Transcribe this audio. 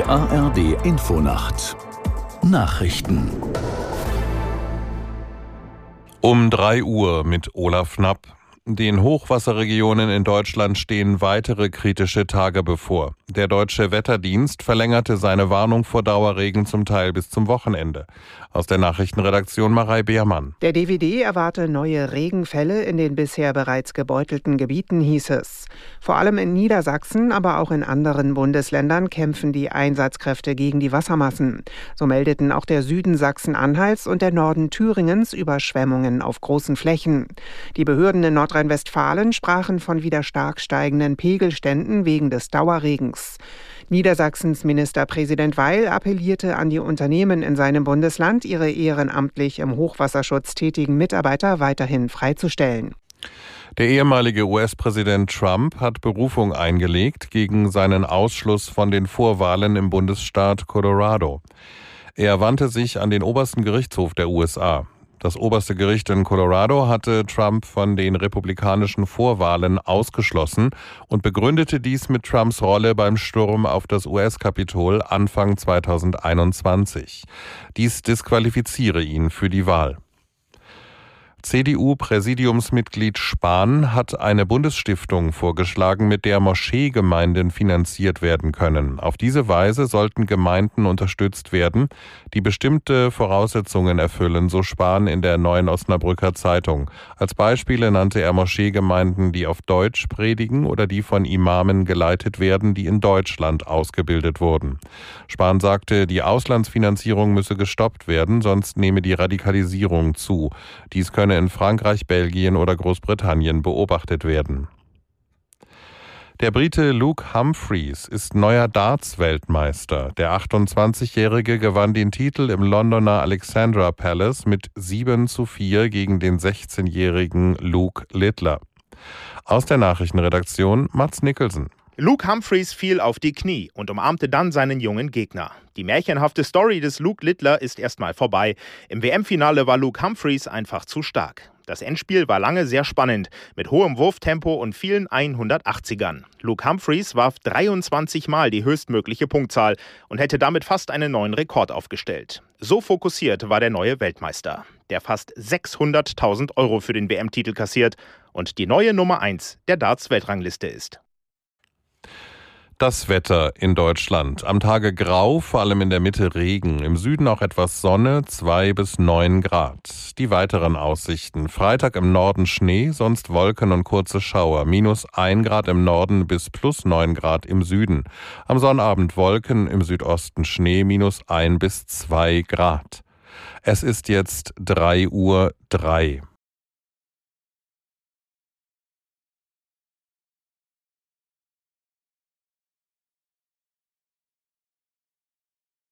Die ARD-Infonacht Nachrichten Um 3 Uhr mit Olaf Knapp. Den Hochwasserregionen in Deutschland stehen weitere kritische Tage bevor. Der Deutsche Wetterdienst verlängerte seine Warnung vor Dauerregen zum Teil bis zum Wochenende. Aus der Nachrichtenredaktion Marei Beermann. Der DWD erwarte neue Regenfälle in den bisher bereits gebeutelten Gebieten, hieß es. Vor allem in Niedersachsen, aber auch in anderen Bundesländern kämpfen die Einsatzkräfte gegen die Wassermassen. So meldeten auch der Süden Sachsen-Anhalts und der Norden Thüringens Überschwemmungen auf großen Flächen. Die Behörden in Nordrhein-Westfalen sprachen von wieder stark steigenden Pegelständen wegen des Dauerregens. Niedersachsens Ministerpräsident Weil appellierte an die Unternehmen in seinem Bundesland, ihre ehrenamtlich im Hochwasserschutz tätigen Mitarbeiter weiterhin freizustellen. Der ehemalige US-Präsident Trump hat Berufung eingelegt gegen seinen Ausschluss von den Vorwahlen im Bundesstaat Colorado. Er wandte sich an den obersten Gerichtshof der USA. Das oberste Gericht in Colorado hatte Trump von den republikanischen Vorwahlen ausgeschlossen und begründete dies mit Trumps Rolle beim Sturm auf das US-Kapitol Anfang 2021. Dies disqualifiziere ihn für die Wahl. CDU-Präsidiumsmitglied Spahn hat eine Bundesstiftung vorgeschlagen, mit der Moscheegemeinden finanziert werden können. Auf diese Weise sollten Gemeinden unterstützt werden, die bestimmte Voraussetzungen erfüllen, so Spahn in der Neuen Osnabrücker Zeitung. Als Beispiele nannte er Moscheegemeinden, die auf Deutsch predigen oder die von Imamen geleitet werden, die in Deutschland ausgebildet wurden. Spahn sagte, die Auslandsfinanzierung müsse gestoppt werden, sonst nehme die Radikalisierung zu. Dies könne in Frankreich, Belgien oder Großbritannien beobachtet werden. Der Brite Luke Humphries ist neuer Darts-Weltmeister. Der 28-Jährige gewann den Titel im Londoner Alexandra Palace mit 7:4 gegen den 16-jährigen Luke Littler. Aus der Nachrichtenredaktion Mats Nicholson. Luke Humphries fiel auf die Knie und umarmte dann seinen jungen Gegner. Die märchenhafte Story des Luke Littler ist erstmal vorbei. Im WM-Finale war Luke Humphries einfach zu stark. Das Endspiel war lange sehr spannend, mit hohem Wurftempo und vielen 180ern. Luke Humphries warf 23 Mal die höchstmögliche Punktzahl und hätte damit fast einen neuen Rekord aufgestellt. So fokussiert war der neue Weltmeister, der fast 600.000 € für den WM-Titel kassiert und die neue Nummer 1 der Darts-Weltrangliste ist. Das Wetter in Deutschland. Am Tage grau, vor allem in der Mitte Regen. Im Süden auch etwas Sonne, 2 bis 9 Grad. Die weiteren Aussichten. Freitag im Norden Schnee, sonst Wolken und kurze Schauer. -1 Grad im Norden bis +9 Grad im Süden. Am Sonnabend Wolken, im Südosten Schnee, -1 bis 2 Grad. Es ist jetzt 3:03 Uhr.